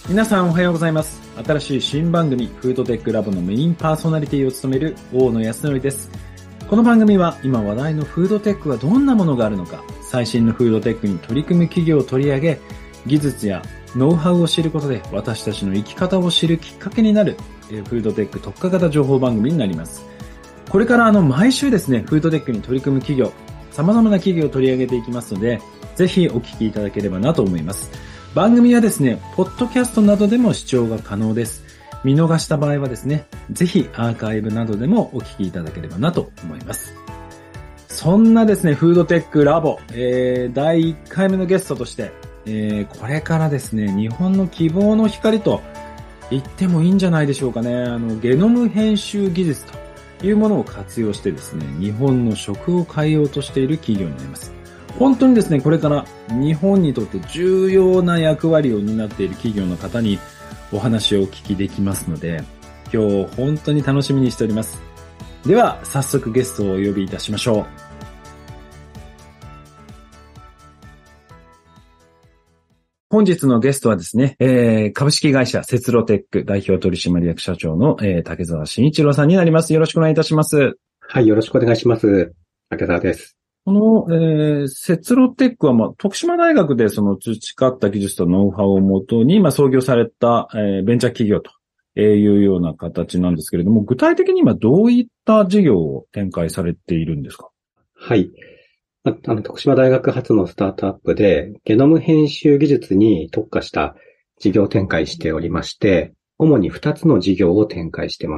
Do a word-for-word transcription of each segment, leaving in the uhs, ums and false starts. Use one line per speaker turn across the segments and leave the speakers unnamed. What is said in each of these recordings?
皆さんおはようございます。新しい新番組フードテックラボのメインパーソナリティを務める大野康則です。この番組は今話題のフードテックはどんなものがあるのか、最新のフードテックに取り組む企業を取り上げ、技術やノウハウを知ることで私たちの生き方を知るきっかけになるフードテック特化型情報番組になります。これからあの毎週ですね、フードテックに取り組む企業、様々な企業を取り上げていきますので、ぜひお聞きいただければなと思います。番組はですね、ポッドキャストなどでも視聴が可能です。見逃した場合はですね、ぜひアーカイブなどでもお聞きいただければなと思います。そんなですね、フードテックラボ、えー、だいいっかいめのゲストとして、えー、これからですね、日本の希望の光と言ってもいいんじゃないでしょうかね。あの、ゲノム編集技術というものを活用してですね、日本の食を変えようとしている企業になります。本当にですね、これから日本にとって重要な役割を担っている企業の方にお話をお聞きできますので、今日本当に楽しみにしております。では、早速ゲストをお呼びいたしましょう。本日のゲストはですね、えー、株式会社セツロテック代表取締役社長の、えー、竹澤慎一郎さんになります。よろしくお願いいたします。
はい、よろしくお願いします。竹澤です。
この、えー、セツロテックは、まあ、徳島大学でその培った技術とノウハウをもとに、まあ、創業された、えー、ベンチャー企業というような形なんですけれども、具体的に今どういった事業を展開されているんですか？
はい。あの、徳島大学発のスタートアップで、ゲノム編集技術に特化した事業を展開しておりまして、主にふたつの事業を展開しています。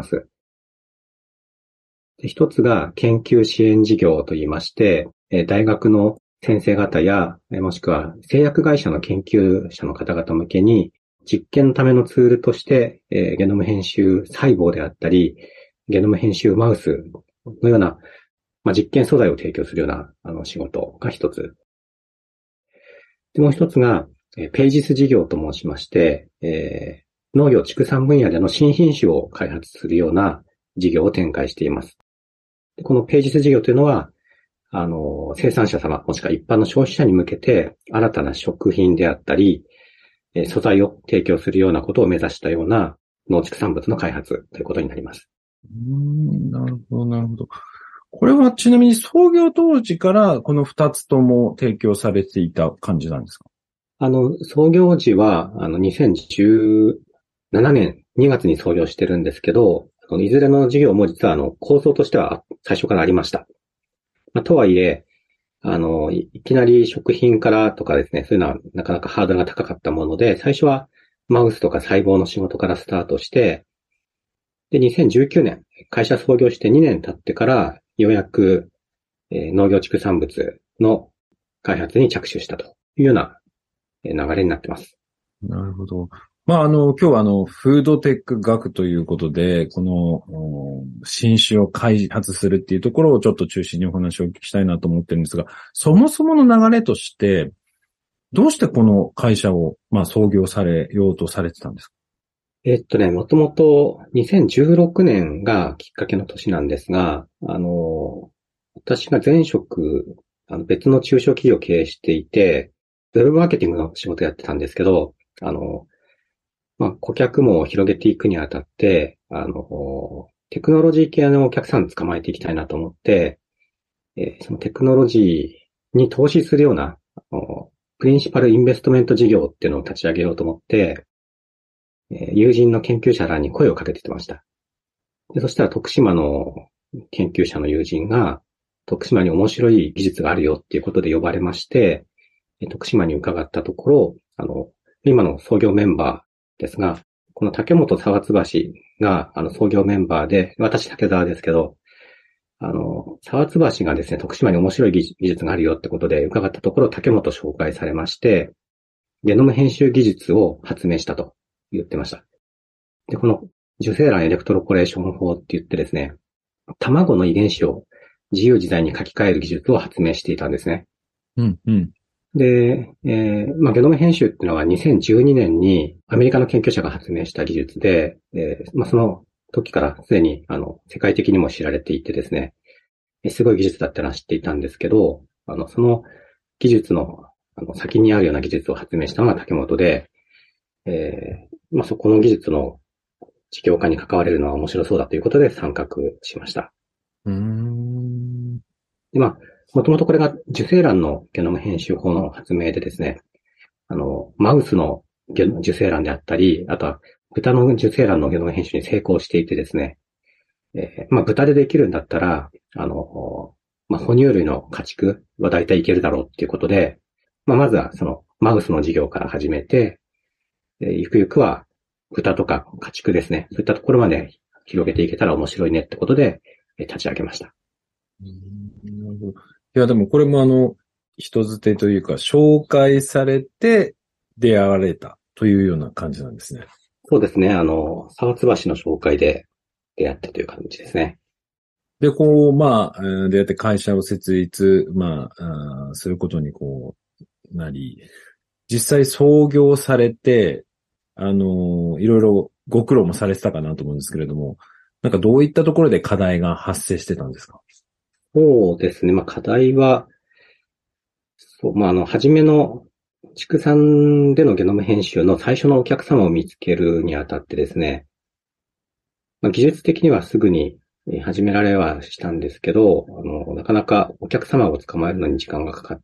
一つが研究支援事業といいまして、大学の先生方や、もしくは製薬会社の研究者の方々向けに、実験のためのツールとして、ゲノム編集細胞であったり、ゲノム編集マウスのような、まあ、実験素材を提供するようなあの仕事が一つ。でもう一つが、ページス事業と申しまして、えー、農業畜産分野での新品種を開発するような事業を展開しています。このページス事業というのは、あの、生産者様、もしくは一般の消費者に向けて、新たな食品であったり、素材を提供するようなことを目指したような農畜産物の開発ということになります。
うーん、なるほど、なるほど。これはちなみに創業当時からこの二つとも提供されていた感じなんですか？
あの、創業時は、あの、にせんじゅうななねんにがつに創業してるんですけど、いずれの事業も実はあの構想としては最初からありました。まあ、とはいえ、あの、いきなり食品からとかですね、そういうのはなかなかハードルが高かったもので、最初はマウスとか細胞の仕事からスタートして、で、にせんじゅうきゅうねん、会社創業してにねん経ってから、ようやく、えー、農業畜産物の開発に着手したというような流れになっています。
なるほど。まあ、あの、今日はあの、フードテック学ということで、この、新種を開発するっていうところをちょっと中心にお話をお聞きしたいなと思ってるんですが、そもそもの流れとして、どうしてこの会社を、まあ、創業されようとされてたんですか？
えっとね、もともとにせんじゅうろくねんがきっかけの年なんですが、あの、私が前職、あの別の中小企業を経営していて、ウェブマーケティングの仕事をやってたんですけど、あの、まあ、顧客網を広げていくにあたって、あの、テクノロジー系のお客さん捕まえていきたいなと思って、えー、そのテクノロジーに投資するような、プリンシパルインベストメント事業っていうのを立ち上げようと思って、えー、友人の研究者らに声をかけてました。で、そしたら徳島の研究者の友人が、徳島に面白い技術があるよっていうことで呼ばれまして、徳島に伺ったところ、あの、今の創業メンバー、ですが、この竹本沢津橋が、あの、創業メンバーで、私竹澤ですけど、あの、沢津橋がですね、徳島に面白い技術があるよってことで伺ったところ、竹本紹介されまして、ゲノム編集技術を発明したと言ってました。で、この受精卵エレクトロポレーション法って言ってですね、卵の遺伝子を自由自在に書き換える技術を発明していたんですね。
うんうん。
で、えー、まあ、ゲノム編集っていうのはにせんじゅうにねんにアメリカの研究者が発明した技術で、えー、まあ、その時からすでに、あの、世界的にも知られていてですね、すごい技術だったのは知っていたんですけど、あの、その技術の、あの、先にあるような技術を発明したのが竹本で、えー、 まあ、そこの技術の事業化に関われるのは面白そうだということで参画しました。
うーん。
で、まあ、もともとこれが受精卵のゲノム編集法の発明でですね、あの、マウスのゲノ受精卵であったり、あとは豚の受精卵のゲノム編集に成功していてですね、えーまあ、豚でできるんだったら、あの、まあ、哺乳類の家畜は大体いけるだろうっていうことで、まあ、まずはそのマウスの事業から始めて、えーゆくゆくは豚とか家畜ですね、そういったところまで広げていけたら面白いねってことで、えー立ち上げました。
うーんなるほど。いや、でもこれもあの、人づてというか、紹介されて出会われたというような感じなんですね。
そうですね、あの、沢津橋の紹介で出会ったという感じですね。
で、こう、まあ、えー出会って会社を設立、まあ、あーすることにこう、なり、実際創業されて、あのーいろいろご苦労もされてたかなと思うんですけれども、なんかどういったところで課題が発生してたんですか？
そうですね、まあ、課題は、そう、まあ、あの、初めの畜産でのゲノム編集の最初のお客様を見つけるにあたってですね、まあ、技術的にはすぐにえー始められはしたんですけど、あの、なかなかお客様を捕まえるのに時間がかかって、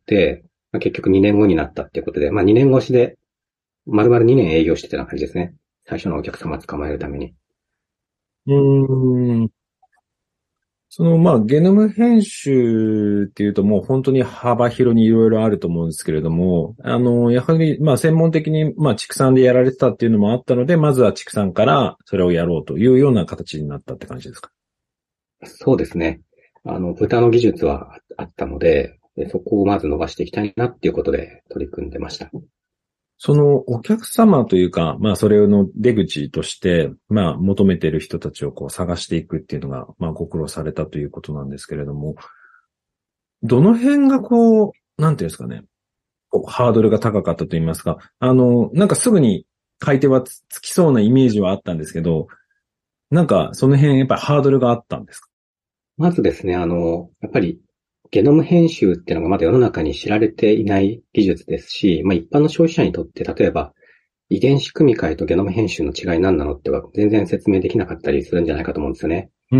まあ、結局にねんごになったっていうことで、まあ、にねん越しで、丸々にねん営業してたような感じですね。最初のお客様を捕まえるために。
うーん。その、まあ、ゲノム編集っていうともう本当に幅広にいろいろあると思うんですけれども、あの、やはり、まあ、専門的に、まあ、畜産でやられてたっていうのもあったので、まずは畜産からそれをやろうというような形になったって感じですか？
そうですね。あの、豚の技術はあったので、でそこをまず伸ばしていきたいなっていうことで取り組んでました。
そのお客様というか、まあそれの出口として、まあ求めている人たちをこう探していくっていうのが、まあご苦労されたということなんですけれども、どの辺がこう、なんていうんですかね、こうハードルが高かったと言いますか、あの、なんかすぐに買い手はつつきそうなイメージはあったんですけど、なんかその辺やっぱりハードルがあったんですか？
まずですね、あの、やっぱりゲノム編集っていうのがまだ世の中に知られていない技術ですし、まあ一般の消費者にとって例えば遺伝子組み換えとゲノム編集の違い何なのっては全然説明できなかったりするんじゃないかと思うんですよね。
うん。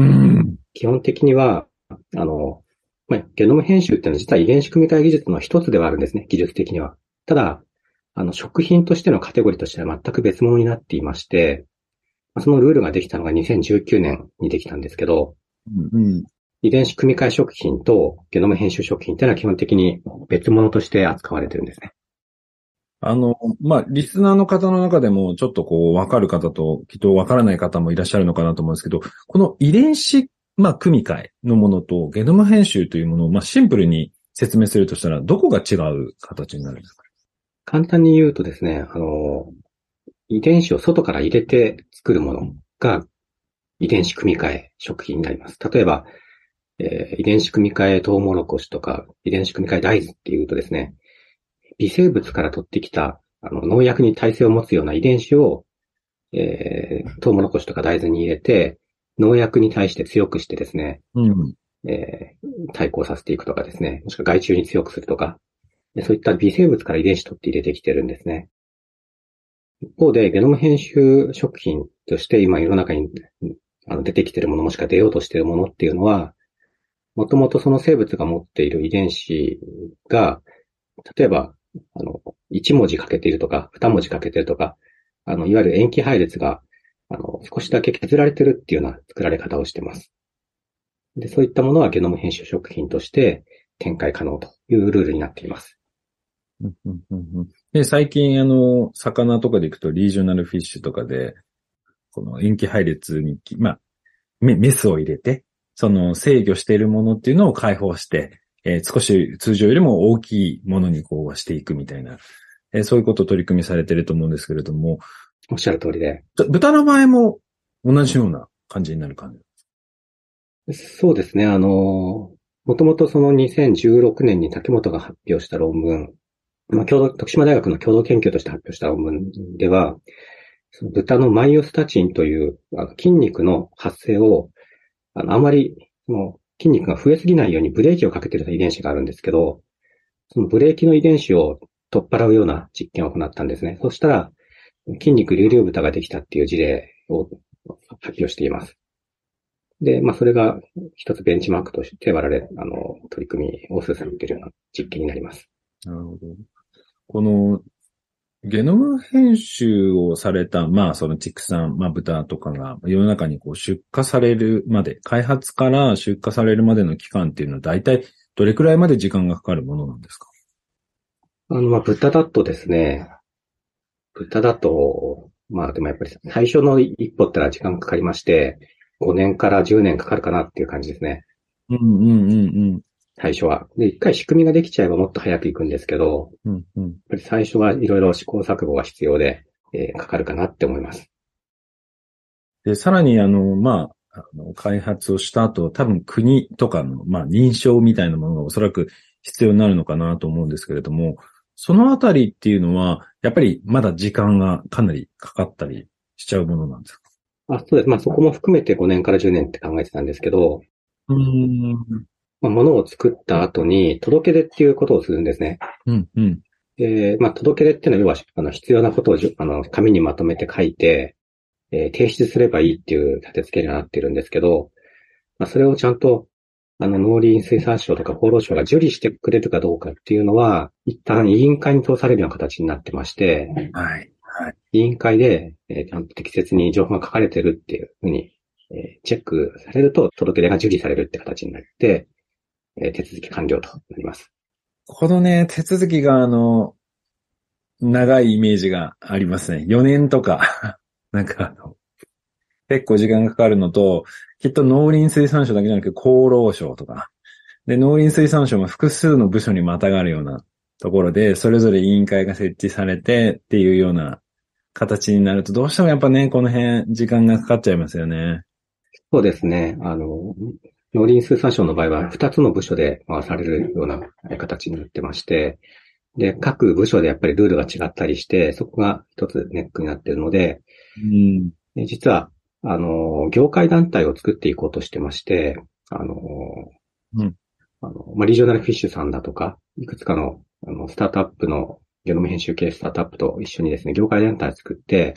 基本的には、あの、まあ、ゲノム編集っていうのは実は遺伝子組み換え技術の一つではあるんですね、技術的には。ただ、あの、食品としてのカテゴリーとしては全く別物になっていまして、そのルールができたのがにせんじゅうきゅうねんにできたんですけど、
うん。
遺伝子組み換え食品とゲノム編集食品っていうのは基本的に別物として扱われてるんですね。
あの、まあ、リスナーの方の中でもちょっとこう、わかる方と、きっとわからない方もいらっしゃるのかなと思うんですけど、この遺伝子、まあ、組み換えのものとゲノム編集というものを、まあ、シンプルに説明するとしたら、どこが違う形になるんですか？
簡単に言うとですね、あの、遺伝子を外から入れて作るものが遺伝子組み換え食品になります。例えば、えー遺伝子組み換えトウモロコシとか、遺伝子組み換え大豆っていうとですね、微生物から取ってきた、あの、農薬に耐性を持つような遺伝子を、えー、トウモロコシとか大豆に入れて、農薬に対して強くしてですね、
うん。
えー対抗させていくとかですね、もしくは害虫に強くするとか、そういった微生物から遺伝子取って入れてきてるんですね。一方で、ゲノム編集食品として今世の中にあの出てきてるものもしくは出ようとしているものっていうのは、もともとその生物が持っている遺伝子が、例えば、あの、いち文字欠けているとか、に文字欠けているとか、あの、いわゆる塩基配列が、あの、少しだけ削られてるっていうような作られ方をしています。で、そういったものはゲノム編集食品として展開可能というルールになっています。
うんうんうんうんで、最近、あの、魚とかでいくと、リージョナルフィッシュとかで、この塩基配列に、まあ、メメスを入れて、その制御しているものっていうのを解放して、えー少し通常よりも大きいものにこうしていくみたいな、えーそういうことを取り組みされていると思うんですけれども、
おっしゃる通りで。
と豚の場合も同じような感じになる感じ。
そうですね。あの、もともとそのにせんじゅうろくねんに竹本が発表した論文、まあ、共同、徳島大学の共同研究として発表した論文では、その豚のマイオスタチンというあの筋肉の発生を、あの、あまり、その筋肉が増えすぎないようにブレーキをかけている遺伝子があるんですけど、そのブレーキの遺伝子を取っ払うような実験を行ったんですね。そしたら、 筋肉隆々豚ができたっていう事例を発表しています。で、まあ、それが一つベンチマークとして我々、あの、取り組みを進めているような実験になります。
なるほど。この、ゲノム編集をされた、まあ、その畜産、まあ、豚とかが世の中にこう出荷されるまで、開発から出荷されるまでの期間っていうのは、大体どれくらいまで時間がかかるものなんですか？
あの、まあ、豚だとですね、豚だと、まあ、でもやっぱり最初の一歩ってのは時間かかりまして、ごねんからじゅうねんかかるかなっていう感じですね。
うんうんうんうん。
最初は。で、一回仕組みができちゃえばもっと早く行くんですけど、
うんうん、
やっぱり最初はいろいろ試行錯誤が必要で、えー、かかるかなって思います。
で、さらにあの、まあ、あの開発をした後、多分国とかの、まあ、認証みたいなものがおそらく必要になるのかなと思うんですけれども、そのあたりっていうのは、やっぱりまだ時間がかなりかかったりしちゃうものなんですか？
あ、そうです。まあそこも含めてごねんからじゅうねんって考えてたんですけど、
うーん。
まあ、物を作った後に届け出っていうことをするんですね。
うんうん。
で、まあ届け出っていうのは要は、あの、必要なことをじゅあの、紙にまとめて書いて、えー提出すればいいっていう立て付けにはなってるんですけど、まあ、それをちゃんと、あの、農林水産省とか厚労省が受理してくれるかどうかっていうのは、一旦委員会に通されるような形になってまして、
はい。はい。
委員会で、えーちゃんと適切に情報が書かれてるっていうふうに、えーチェックされると、届け出が受理されるって形になって、えー手続き完了となります。
このね、手続きがあの、長いイメージがありますね。よねんとか、なんかあの、結構時間がかかるのと、きっと農林水産省だけじゃなくて厚労省とか、で、農林水産省も複数の部署にまたがるようなところで、それぞれ委員会が設置されてっていうような形になると、どうしてもやっぱね、この辺時間がかかっちゃいますよね。
そうですね。あの、農林水産省の場合はふたつの部署で回されるような形になってまして、で、各部署でやっぱりルールが違ったりして、そこが一つネックになっているので、
うん。
で実は、あの、業界団体を作っていこうとしてまして、あの、
うん。
あの、まあ、リージョナルフィッシュさんだとか、いくつかの、あの、スタートアップの、ゲノム編集系スタートアップと一緒にですね、業界団体を作って、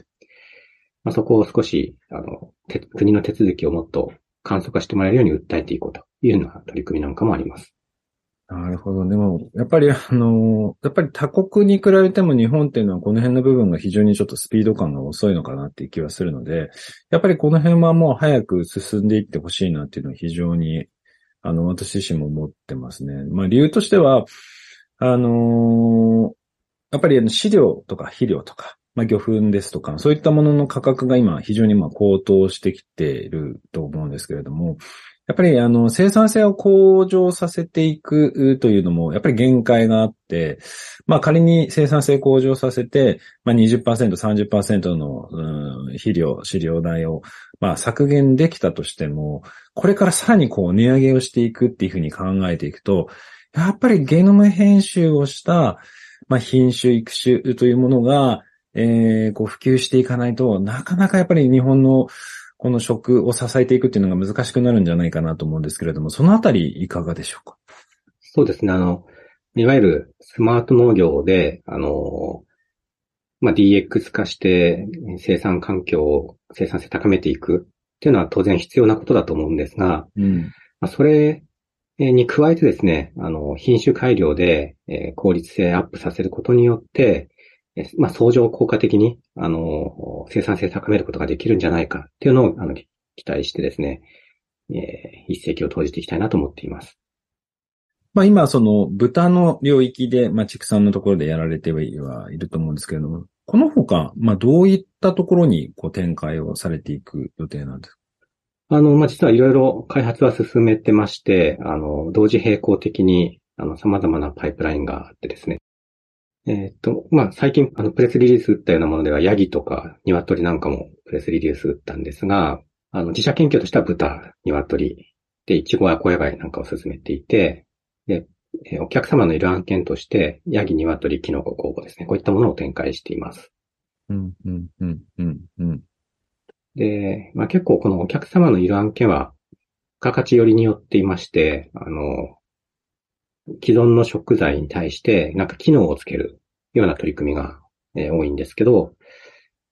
まあ、そこを少し、あの、て国の手続きをもっと簡素化してもらえるように訴えていこうというような取り組みなんかもあります。
なるほど。でも、やっぱりあの、やっぱり他国に比べても日本っていうのはこの辺の部分が非常にちょっとスピード感が遅いのかなっていう気はするので、やっぱりこの辺はもう早く進んでいってほしいなっていうのは非常に、あの、私自身も思ってますね。まあ理由としては、あのやっぱりあの飼料とか肥料とか、まあ魚粉ですとか、そういったものの価格が今非常にまあ高騰してきていると思うんですけれども、やっぱりあの生産性を向上させていくというのもやっぱり限界があって、まあ仮に生産性向上させて、まあにじゅっパーセント、さんじゅっパーセントの、うん、肥料、飼料代をまあ削減できたとしても、これからさらにこう値上げをしていくっていうふうに考えていくと、やっぱりゲノム編集をしたまあ、品種、育種というものが、えー、こう普及していかないと、なかなかやっぱり日本のこの食を支えていくっていうのが難しくなるんじゃないかなと思うんですけれども、そのあたりいかがでしょうか？
そうですね。あの、いわゆるスマート農業で、あの、まあ、ディーエックス 化して生産環境を生産性高めていくっていうのは当然必要なことだと思うんですが、
うん。
まあ、それに加えてですね、あの、品種改良で、えー効率性アップさせることによって、えーまあ、相乗効果的に、あの、生産性高めることができるんじゃないかっていうのを、あの、期待してですね、えー一石を投じていきたいなと思っています。
まあ今、その豚の領域で、まあ畜産のところでやられてはいると思うんですけれども、この他、まあどういったところにこう展開をされていく予定なんですか？
あの、まあ、実はいろいろ開発は進めてまして、あの、同時並行的に、あの、様々なパイプラインがあってですね。えっと、まあ、最近、あの、プレスリリース打ったようなものでは、ヤギとか鶏なんかもプレスリリース打ったんですが、あの、自社研究としては豚、鶏、で、イチゴや小野貝なんかを進めていて、で、えーお客様のいる案件として、ヤギ、鶏、キノコ、酵母ですね。こういったものを展開しています。
うん、うん、うん、うん、うん。
で、まあ、結構このお客様のいる案件は、付加価値寄りによっていまして、あの、既存の食材に対して、なんか機能をつけるような取り組みが、えー多いんですけど、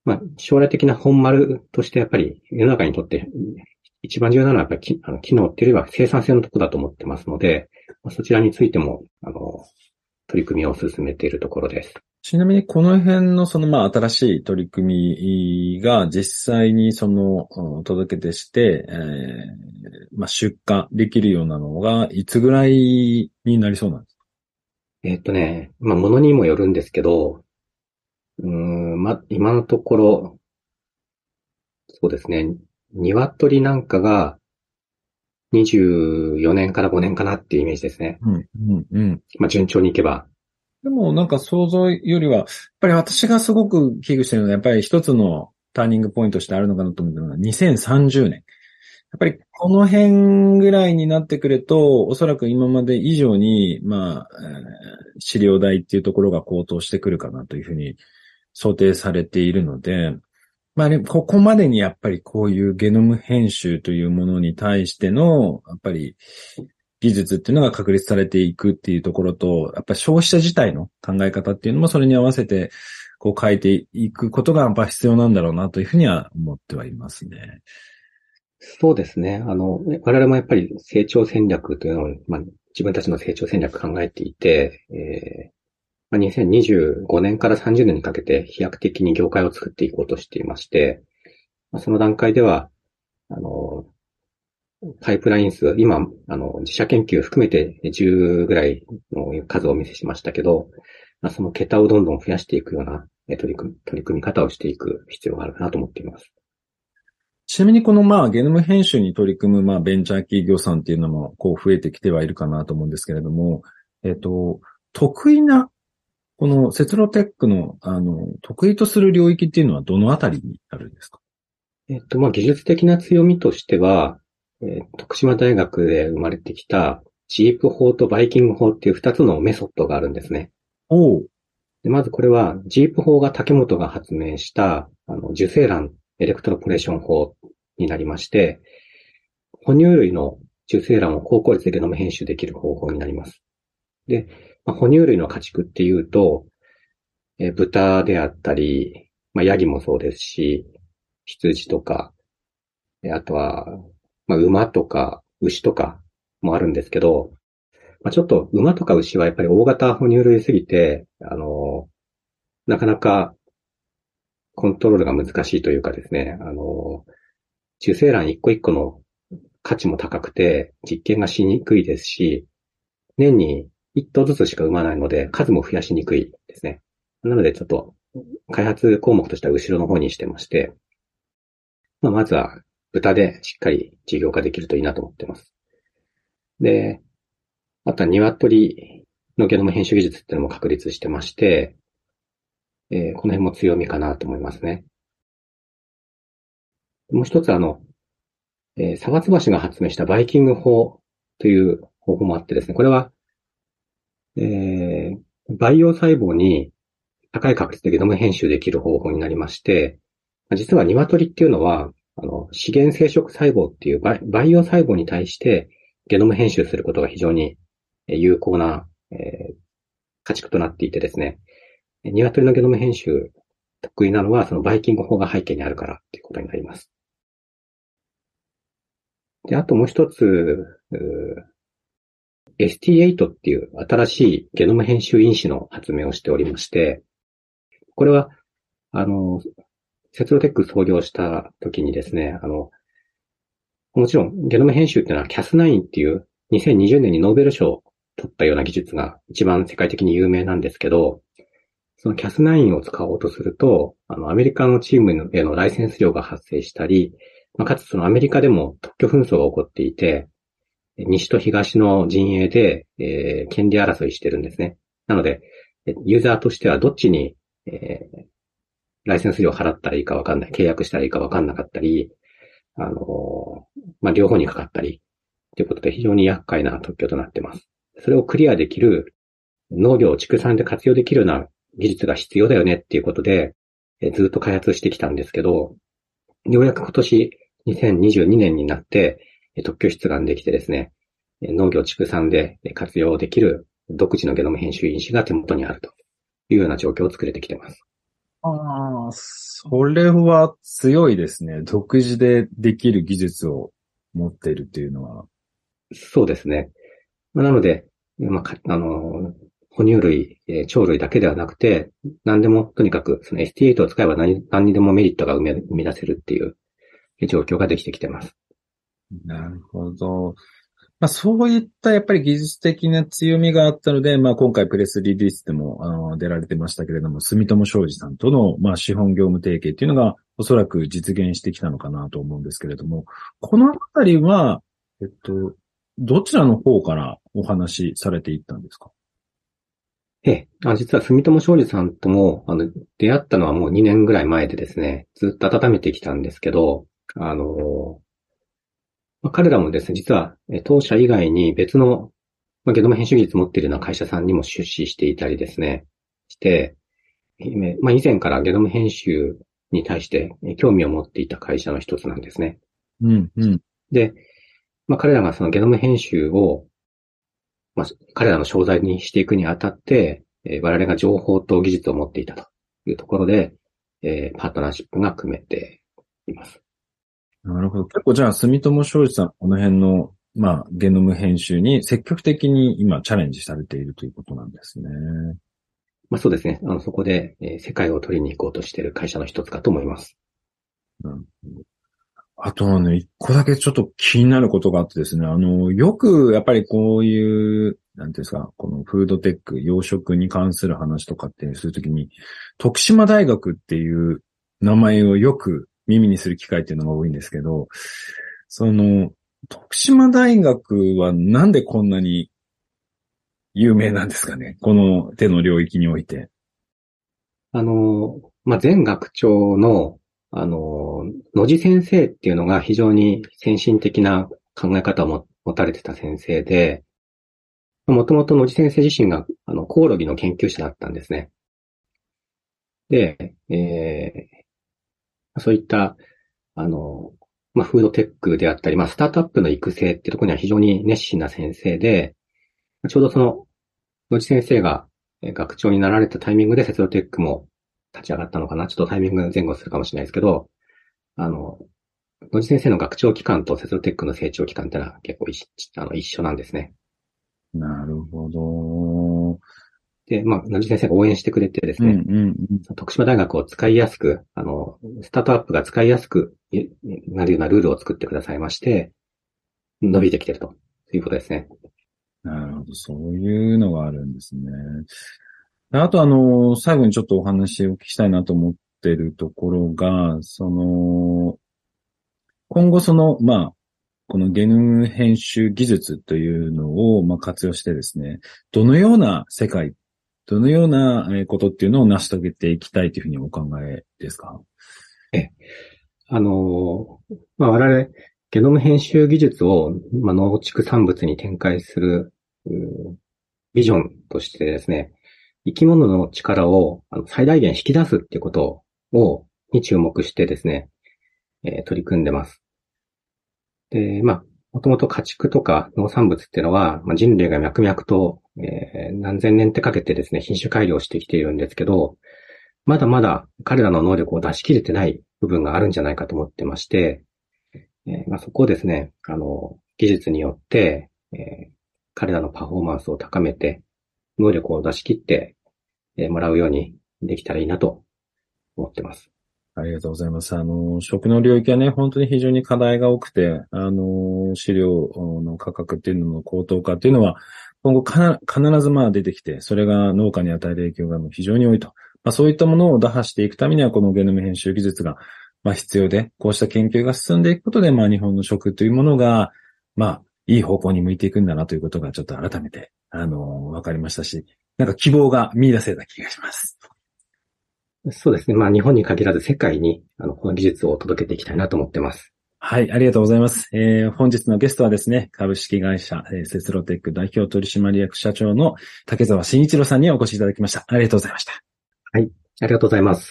まあ、将来的な本丸としてやっぱり世の中にとって一番重要なのはやっぱりきあの機能っていうよりは生産性のところだと思ってますので、まあ、そちらについても、あの、取り組みを進めているところです。
ちなみにこの辺のそのまあ新しい取り組みが実際にその届け出して、えー、まあ出荷できるようなのがいつぐらいになりそうなんですか？
えっとね、まあ物にもよるんですけど、うーん、まあ今のところ、そうですね、鶏なんかがにじゅうよねんからごねんかなっていうイメージですね。
うん、うん、うん。
まあ順調にいけば。
でもなんか想像よりは、やっぱり私がすごく危惧してるのは、やっぱり一つのターニングポイントとしてあるのかなと思うのは、にせんさんじゅうねん。やっぱりこの辺ぐらいになってくると、おそらく今まで以上に、まあ、えー飼料代っていうところが高騰してくるかなというふうに想定されているので、まあね、ここまでにやっぱりこういうゲノム編集というものに対しての、やっぱり技術っていうのが確立されていくっていうところと、やっぱり消費者自体の考え方っていうのもそれに合わせてこう変えていくことがやっぱ必要なんだろうなというふうには思ってはいますね。
そうですね。あの、我々もやっぱり成長戦略というのを、まあ、自分たちの成長戦略考えていて、えーまあ、にせんにじゅうごねんからさんじゅうねんにかけて飛躍的に業界を作っていこうとしていまして、まあ、その段階では、あの、パイプライン数、今、あの、自社研究含めてじゅうぐらいの数をお見せしましたけど、まあ、その桁をどんどん増やしていくような取り組み、取り組み方をしていく必要があるかなと思っています。
ちなみにこのまあゲノム編集に取り組むまあベンチャー企業さんっていうのもこう増えてきてはいるかなと思うんですけれども、えっと、得意な、このセツロテックのあの、得意とする領域っていうのはどのあたりにあるんですか？
えっと、まあ、技術的な強みとしては、えー徳島大学で生まれてきたジープ法とバイキング法っていう二つのメソッドがあるんですね。
おう。
でまずこれは、ジープ法が竹本が発明した、あの、受精卵エレクトロポレーション法になりまして、哺乳類の受精卵を高効率でゲノム編集できる方法になります。で、まあ、哺乳類の家畜っていうと、えー豚であったり、まあ、ヤギもそうですし、羊とか、えーあとは、まあ、馬とか牛とかもあるんですけど、まあ、ちょっと馬とか牛はやっぱり大型哺乳類すぎて、あの、なかなかコントロールが難しいというかですね、あの、受精卵一個一個の価値も高くて、実験がしにくいですし、年に一頭ずつしか産まないので、数も増やしにくいですね。なのでちょっと、開発項目としては後ろの方にしてまして、まあ、まずは豚でしっかり事業化できるといいなと思ってます。で、あとは鶏のゲノム編集技術っていうのも確立してまして、えーこの辺も強みかなと思いますね。もう一つあの、えー、サバツバシが発明したバイキング法という方法もあってですね、これは、えー培養細胞に高い確率でゲノム編集できる方法になりまして、実は鶏っていうのは、あの、資源生殖細胞っていう培培養細胞に対してゲノム編集することが非常に有効な、えー家畜となっていてですね、鶏のゲノム編集得意なのはそのバイキング法が背景にあるからっていうことになります。で、あともう一つ、エスティーエイト っていう新しいゲノム編集因子の発明をしておりまして、これは、あの、セツロテック創業した時にですね、あの、もちろんゲノム編集っていうのは キャスナイン っていうにせんにじゅうねんにノーベル賞を取ったような技術が一番世界的に有名なんですけど、その キャスナイン を使おうとすると、あの、アメリカのチームへのライセンス料が発生したり、まあ、かつそのアメリカでも特許紛争が起こっていて、西と東の陣営で、えー、権利争いしてるんですね。なので、ユーザーとしてはどっちに、えー、ライセンス料を払ったらいいかわかんない、契約したらいいかわかんなかったり、あのー、まあ、両方にかかったり、ということで非常に厄介な特許となっています。それをクリアできる農業を畜産で活用できるような技術が必要だよねっていうことで、えー、ずっと開発してきたんですけど、ようやく今年にせんにじゅうにねんになって特許出願できてですね、農業畜産で活用できる独自のゲノム編集因子が手元にあるというような状況を作れてきています。
ああ、それは強いですね。独自でできる技術を持っているっていうのは。
そうですね。まあ、なので、まあ、かあの、哺乳類、えー鳥類だけではなくて、何でも、とにかく、その エスティーエイト を使えば何、何にでもメリットが生み生み出せるっていう状況ができてきてます。
なるほど。まあ、そういったやっぱり技術的な強みがあったので、まあ、今回プレスリリースでもあの出られてましたけれども、住友商事さんとの、まあ、資本業務提携っていうのがおそらく実現してきたのかなと思うんですけれども、このあたりは、えっと、どちらの方からお話しされていったんですか？
ええ、あ、実は住友商事さんとも、あの、出会ったのはもうにねんぐらい前でですね、ずっと温めてきたんですけど、あの、まあ、彼らもですね、実は、え当社以外に別の、まあ、ゲノム編集技術持っているような会社さんにも出資していたりですね、して、えまあ、以前からゲノム編集に対してえ興味を持っていた会社の一つなんですね。
うん、うん。
で、まあ、彼らがそのゲノム編集を、まあ、彼らの商材にしていくにあたって、えー我々が情報と技術を持っていたというところで、えーパートナーシップが組めています。
なるほど。結構じゃあ、住友商事さん、この辺の、まあ、ゲノム編集に積極的に今チャレンジされているということなんですね。
まあ、そうですね。あの、そこで、えー世界を取りに行こうとしている会社の一つかと思います。
うん、あとはね、一個だけちょっと気になることがあってですね、あの、よくやっぱりこういう、なんていうんですか、このフードテック、養殖に関する話とかってするときに、徳島大学っていう名前をよく耳にする機会っていうのが多いんですけど、その、徳島大学はなんでこんなに有名なんですかね、この手の領域において。
あの、まあ、前学長の、あの、野地先生っていうのが非常に先進的な考え方をも持たれてた先生で、もともと野地先生自身が、あの、コオロギの研究者だったんですね。で、えー、そういった、あの、まあ、フードテックであったり、まあ、スタートアップの育成っていうところには非常に熱心な先生で、ちょうどその、野地先生がえー学長になられたタイミングでセツロテックも立ち上がったのかな。ちょっとタイミング前後するかもしれないですけど、あの、野地先生の学長期間とセツロテックの成長期間ってのは結構一あの一緒なんですね。
なるほど。
で、まあ、野地先生が応援してくれてです
うん
ね、
うんうん。
徳島大学を使いやすく、あの、スタートアップが使いやすくなるようなルールを作ってくださいまして、伸びてきてるということですね。
なるほど。そういうのがあるんですね。あとあの、最後にちょっとお話をお聞きしたいなと思ってるところが、その、今後その、まあ、このゲノム編集技術というのを、まあ、活用してですね、どのような世界、どのようなことっていうのを成し遂げていきたいというふうにお考えですか？
え、あの、まあ、我々、ゲノム編集技術を、まあ、農畜産物に展開する、ビジョンとしてですね、生き物の力を最大限引き出すっていうことを、に注目してですね、えー、取り組んでます。で、まあ、もともと家畜とか農産物っていうのは、まあ、人類が脈々と、えー、何千年ってかけてですね、品種改良してきているんですけど、まだまだ彼らの能力を出し切れてない部分があるんじゃないかと思ってまして、えーまあ、そこをですね、あの、技術によって、えー、彼らのパフォーマンスを高めて、能力を出し切ってもらうようにできたらいいなと思ってます。
ありがとうございます。あの、食の領域はね、本当に非常に課題が多くて、あの、飼料の価格っていうのの高騰化っていうのは、今後か必ずまあ出てきて、それが農家に与える影響が非常に多いと。まあそういったものを打破していくためには、このゲノム編集技術が、まあ必要で、こうした研究が進んでいくことで、まあ日本の食というものが、まあ、いい方向に向いていくんだなということがちょっと改めて、あの、わかりましたし、なんか希望が見出せた気がします。
そうですね。まあ日本に限らず世界にあのこの技術を届けていきたいなと思ってます。
はい、ありがとうございます。えー、本日のゲストはですね、株式会社、えー、セスロテック代表取締役社長の竹澤慎一郎さんにお越しいただきました。ありがとうございました。
はい、ありがとうございます。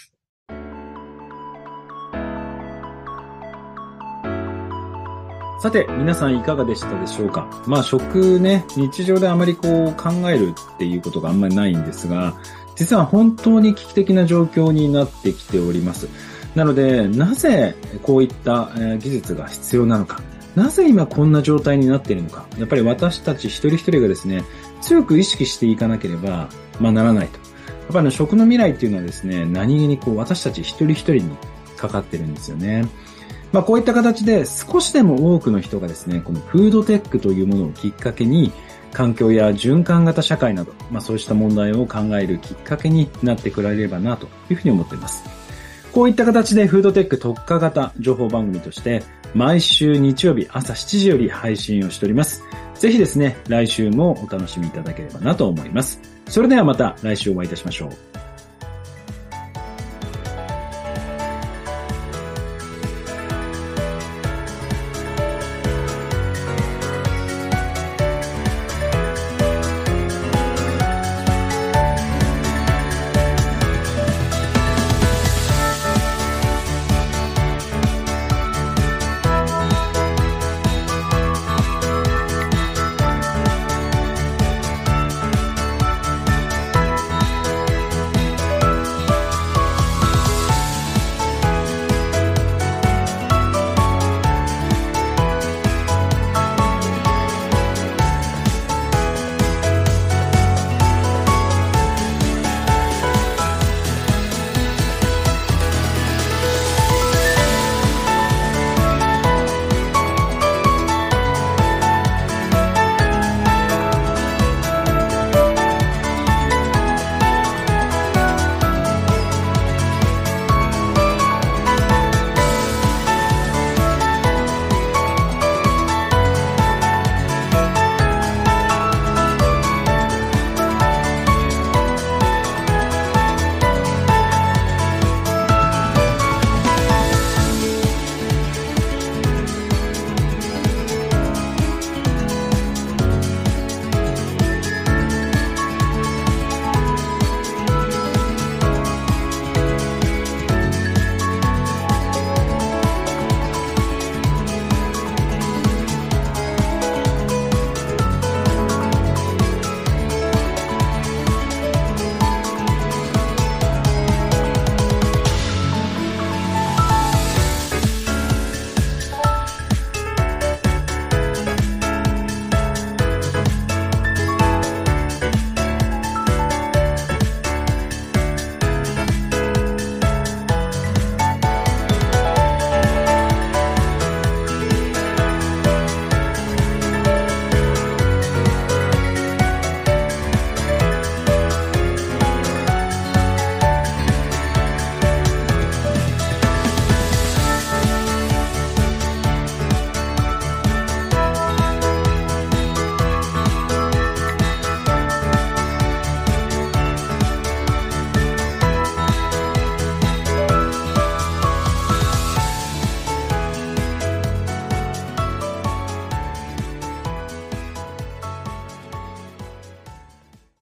さて、皆さんいかがでしたでしょうか？まあ食ね、日常であまりこう考えるっていうことがあんまりないんですが、 実は本当に危機的な状況になってきております。なので、なぜこういった技術が必要なのか、なぜ今こんな状態になっているのか、やっぱり私たち一人一人がですね、強く意識していかなければ、まあ、ならないと。やっぱり食の未来っていうのはですね、何気にこう私たち一人一人にかかってるんですよね。まあこういった形で少しでも多くの人がですね、このフードテックというものをきっかけに、環境や循環型社会など、まあそうした問題を考えるきっかけになってくれればなというふうに思っています。こういった形でフードテック特化型情報番組として、毎週日曜日朝しちじより配信をしております。ぜひですね、来週もお楽しみいただければなと思います。それではまた来週お会いいたしましょう。